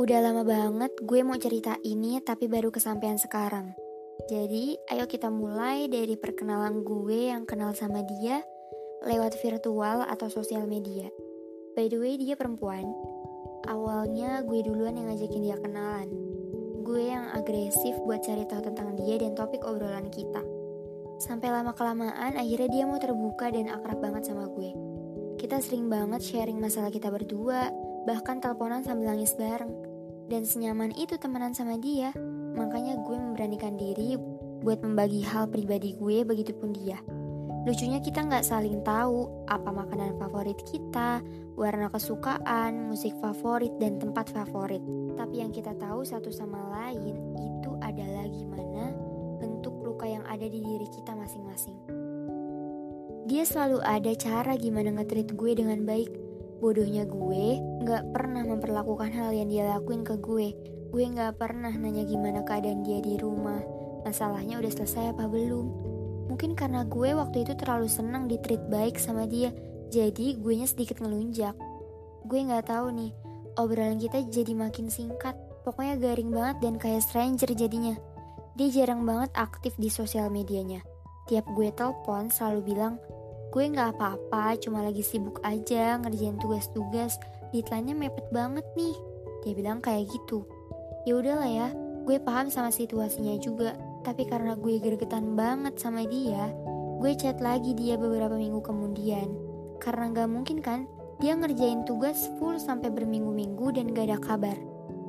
Udah lama banget gue mau cerita ini tapi baru kesampaian sekarang. Jadi ayo kita mulai dari perkenalan gue yang kenal sama dia lewat virtual atau sosial media. By the way dia perempuan. Awalnya gue duluan yang ngajakin dia kenalan. Gue yang agresif buat cari tahu tentang dia dan topik obrolan kita. Sampai lama-kelamaan akhirnya dia mau terbuka dan akrab banget sama gue. Kita sering banget sharing masalah kita berdua, bahkan teleponan sambil nangis bareng. Dan senyaman itu temenan sama dia, makanya gue memberanikan diri buat membagi hal pribadi gue, begitupun dia. Lucunya kita gak saling tahu apa makanan favorit kita, warna kesukaan, musik favorit, dan tempat favorit. Tapi yang kita tahu satu sama lain itu adalah gimana bentuk luka yang ada di diri kita masing-masing. Dia selalu ada cara gimana nge-treat gue dengan baik. Bodohnya gue gak pernah memperlakukan hal yang dia lakuin ke gue. Gue gak pernah nanya gimana keadaan dia di rumah, masalahnya udah selesai apa belum. Mungkin karena gue waktu itu terlalu senang di-treat baik sama dia, jadi gue nya sedikit ngelunjak. Gue gak tahu nih, obrolan kita jadi makin singkat. Pokoknya garing banget dan kayak stranger jadinya. Dia jarang banget aktif di sosial medianya. Tiap gue telepon selalu bilang, gue gak apa-apa, cuma lagi sibuk aja ngerjain tugas-tugas, deadline-nya mepet banget nih. Dia bilang kayak gitu. Ya udahlah ya, gue paham sama situasinya juga. Tapi karena gue gregetan banget sama dia, gue chat lagi dia beberapa minggu kemudian. Karena gak mungkin kan, dia ngerjain tugas full sampai berminggu-minggu dan gak ada kabar.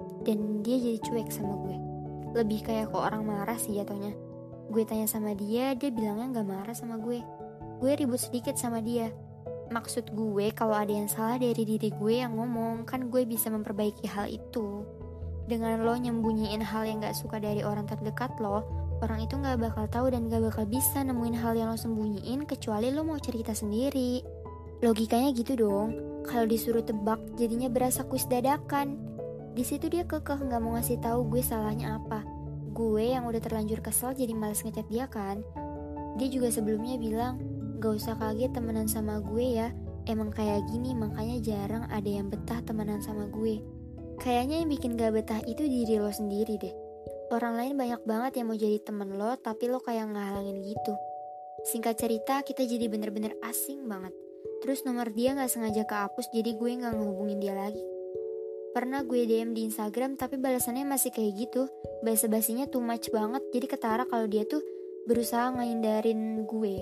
Dan dia jadi cuek sama gue. Lebih kayak kok orang marah sih jatuhnya. Gue tanya sama dia bilangnya gak marah sama gue. Gue ribut sedikit sama dia. Maksud gue kalau ada yang salah dari diri gue yang ngomong, kan gue bisa memperbaiki hal itu. Dengan lo nyembunyiin hal yang gak suka dari orang terdekat lo, orang itu gak bakal tahu dan gak bakal bisa nemuin hal yang lo sembunyiin kecuali lo mau cerita sendiri. Logikanya gitu dong. Kalau disuruh tebak jadinya berasa kuis dadakan. Di situ dia kekeh gak mau ngasih tahu gue salahnya apa. Gue yang udah terlanjur kesel jadi malas ngechat dia kan. Dia juga sebelumnya bilang, gak usah kaget temenan sama gue ya. Emang kayak gini makanya jarang ada yang betah temenan sama gue. Kayaknya yang bikin gak betah itu diri lo sendiri deh. Orang lain banyak banget yang mau jadi temen lo, tapi lo kayak ngehalangin gitu. Singkat cerita kita jadi bener-bener asing banget. Terus nomor dia gak sengaja kehapus, jadi gue gak ngehubungin dia lagi. Pernah gue DM di Instagram tapi balasannya masih kayak gitu. Basa-basinya too much banget, jadi ketara kalau dia tuh berusaha ngehindarin gue.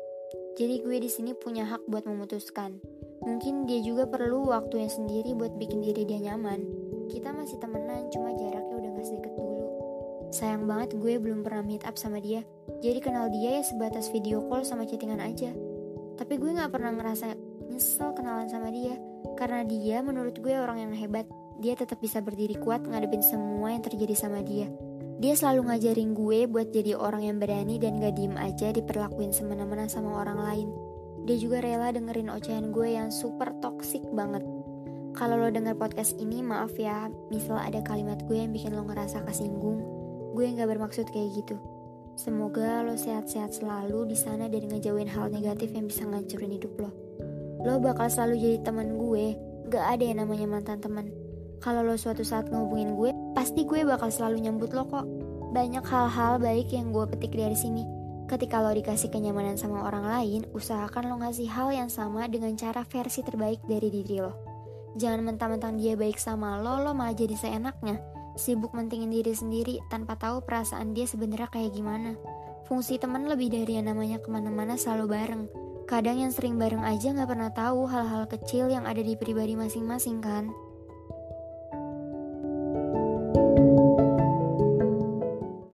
Jadi gue di sini punya hak buat memutuskan. Mungkin dia juga perlu waktu yang sendiri buat bikin diri dia nyaman. Kita masih temenan, cuma jaraknya udah gak sedekat dulu. Sayang banget gue belum pernah meet up sama dia. Jadi kenal dia ya sebatas video call sama chattingan aja. Tapi gue gak pernah ngerasa nyesel kenalan sama dia. Karena dia menurut gue orang yang hebat. Dia tetap bisa berdiri kuat ngadepin semua yang terjadi sama dia. Dia selalu ngajarin gue buat jadi orang yang berani dan gak diem aja diperlakuin semena-mena sama orang lain. Dia juga rela dengerin ocehan gue yang super toksik banget. Kalau lo denger podcast ini, maaf ya, misal ada kalimat gue yang bikin lo ngerasa kesinggung. Gue gak bermaksud kayak gitu. Semoga lo sehat-sehat selalu di sana dan ngejauhin hal negatif yang bisa ngancurin hidup lo. Lo bakal selalu jadi teman gue, gak ada yang namanya mantan teman. Kalau lo suatu saat ngehubungin gue, pasti gue bakal selalu nyambut lo kok. Banyak hal-hal baik yang gue petik dari sini. Ketika lo dikasih kenyamanan sama orang lain, usahakan lo ngasih hal yang sama dengan cara versi terbaik dari diri lo. Jangan mentang-mentang dia baik sama lo malah jadi seenaknya. Sibuk mentingin diri sendiri tanpa tahu perasaan dia sebenarnya kayak gimana. Fungsi teman lebih dari yang namanya kemana-mana selalu bareng. Kadang yang sering bareng aja gak pernah tahu hal-hal kecil yang ada di pribadi masing-masing kan.